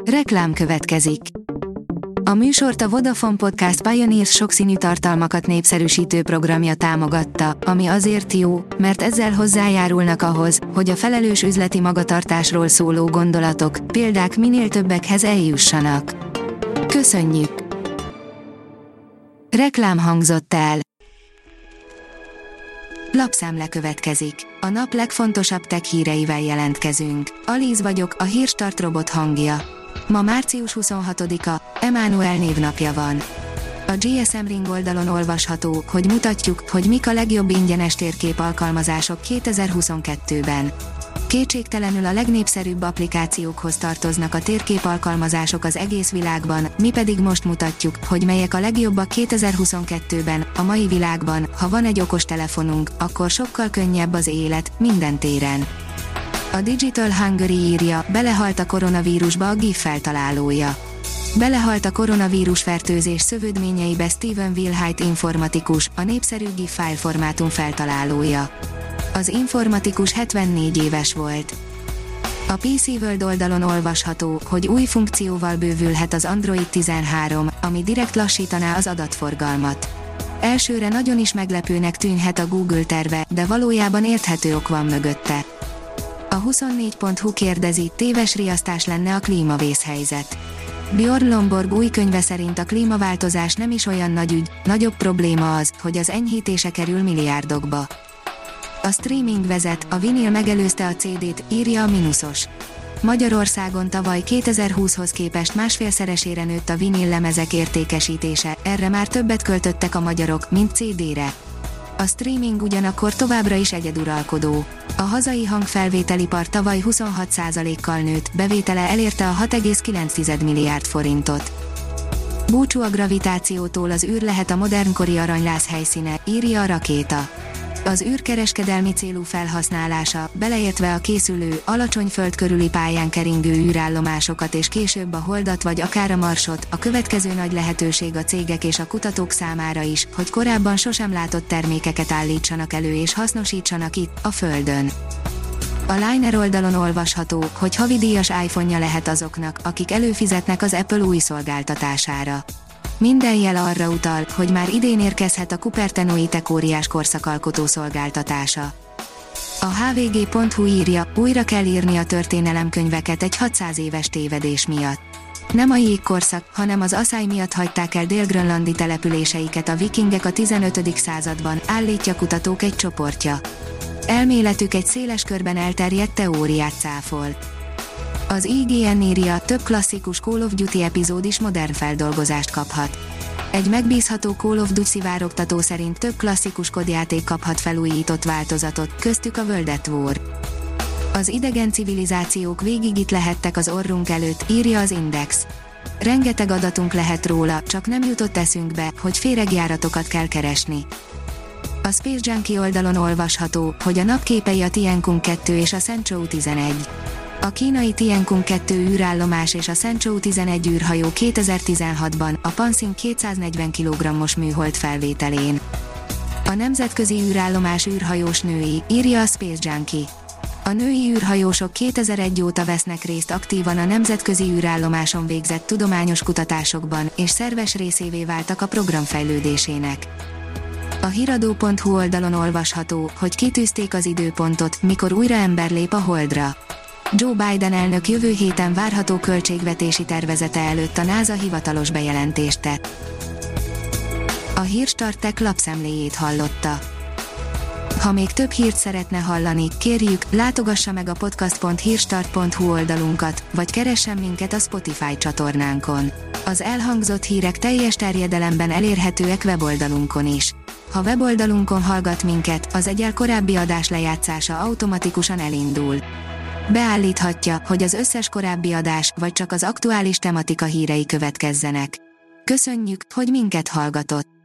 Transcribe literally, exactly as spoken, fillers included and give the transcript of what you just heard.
Reklám következik. A műsort a Vodafone Podcast Pioneers sokszínű tartalmakat népszerűsítő programja támogatta, ami azért jó, mert ezzel hozzájárulnak ahhoz, hogy a felelős üzleti magatartásról szóló gondolatok, példák minél többekhez eljussanak. Köszönjük! Reklám hangzott el. Lapszemle következik. A nap legfontosabb tech híreivel jelentkezünk. Alíz vagyok, a Hírstart robot hangja. Ma március huszonhatodika, Emánuel névnapja van. A gé es em Ring oldalon olvasható, hogy mutatjuk, hogy mik a legjobb ingyenes térkép alkalmazások kétezer-huszonkettőben. Kétségtelenül a legnépszerűbb applikációkhoz tartoznak a térkép alkalmazások az egész világban, mi pedig most mutatjuk, hogy melyek a legjobbak kétezer-huszonkettőben, a mai világban. Ha van egy okostelefonunk, akkor sokkal könnyebb az élet, minden téren. A Digital Hungary írja, belehalt a koronavírusba a GIF feltalálója. Belehalt a koronavírus fertőzés szövődményeibe Steven Wilhite informatikus, a népszerű GIF fájlformátum feltalálója. Az informatikus hetvennégy éves volt. A pé cé World oldalon olvasható, hogy új funkcióval bővülhet az Android tizenhárom, ami direkt lassítaná az adatforgalmat. Elsőre nagyon is meglepőnek tűnhet a Google terve, de valójában érthető ok van mögötte. A huszonnégy pont hu kérdezi, téves riasztás lenne a klímavészhelyzet. Björn Lomborg új könyve szerint a klímaváltozás nem is olyan nagy ügy, nagyobb probléma az, hogy az enyhítése kerül milliárdokba. A streaming vezet, a vinil megelőzte a cé dét, írja a Minusos. Magyarországon tavaly kétezer-húszhoz képest másfélszeresére nőtt a vinil lemezek értékesítése, erre már többet költöttek a magyarok, mint cé dére. A streaming ugyanakkor továbbra is egyeduralkodó. A hazai hangfelvételipar tavaly huszonhat százalékkal nőtt, bevétele elérte a hat egész kilenc milliárd forintot. Búcsú a gravitációtól, az űr lehet a modernkori aranyláz helyszíne, írja a Rakéta. Az űrkereskedelmi célú felhasználása, beleértve a készülő, alacsony föld körüli pályán keringő űrállomásokat és később a Holdat vagy akár a Marsot, a következő nagy lehetőség a cégek és a kutatók számára is, hogy korábban sosem látott termékeket állítsanak elő és hasznosítsanak itt, a Földön. A Liner oldalon olvasható, hogy havidíjas iPhone-ja lehet azoknak, akik előfizetnek az Apple új szolgáltatására. Minden jel arra utal, hogy már idén érkezhet a Cupertino i-Tech óriás korszakalkotó szolgáltatása. A há vé gé pont hu írja, újra kell írni a történelemkönyveket egy hatszáz éves tévedés miatt. Nem a jégkorszak, hanem az aszály miatt hagyták el dél-grönlandi településeiket a vikingek a tizenötödik században, állítja kutatók egy csoportja. Elméletük egy széles körben elterjedt teóriát cáfol. Az i gé en írja, több klasszikus Call of Duty epizód is modern feldolgozást kaphat. Egy megbízható Call of Duty szivárogtató szerint több klasszikus kodjáték kaphat felújított változatot, köztük a World at War. Az idegen civilizációk végig itt lehettek az orrunk előtt, írja az Index. Rengeteg adatunk lehet róla, csak nem jutott eszünkbe, hogy féregjáratokat kell keresni. A Space Junkie oldalon olvasható, hogy a napképei a Tiancong kettő és a Shenzhou tizenegy. A kínai Tiancong kettő űrállomás és a Shenzhou tizenegy űrhajó kétezer-tizenhatban a Panxing kétszáznegyven kilogrammos műhold felvételén. A nemzetközi űrállomás űrhajós női, írja a Space Junkie. A női űrhajósok kétezer-egy óta vesznek részt aktívan a nemzetközi űrállomáson végzett tudományos kutatásokban, és szerves részévé váltak a program fejlődésének. A hiradó pont hu oldalon olvasható, hogy kitűzték az időpontot, mikor újra ember lép a Holdra. Joe Biden elnök jövő héten várható költségvetési tervezete előtt a NASA hivatalos bejelentést tett. A Hírstart Tech lapszemléjét hallotta. Ha még több hírt szeretne hallani, kérjük, látogassa meg a podcast pont hírstart pont hu oldalunkat, vagy keressen minket a Spotify csatornánkon. Az elhangzott hírek teljes terjedelemben elérhetőek weboldalunkon is. Ha weboldalunkon hallgat minket, az egyel korábbi adás lejátszása automatikusan elindul. Beállíthatja, hogy az összes korábbi adás, vagy csak az aktuális tematika hírei következzenek. Köszönjük, hogy minket hallgatott!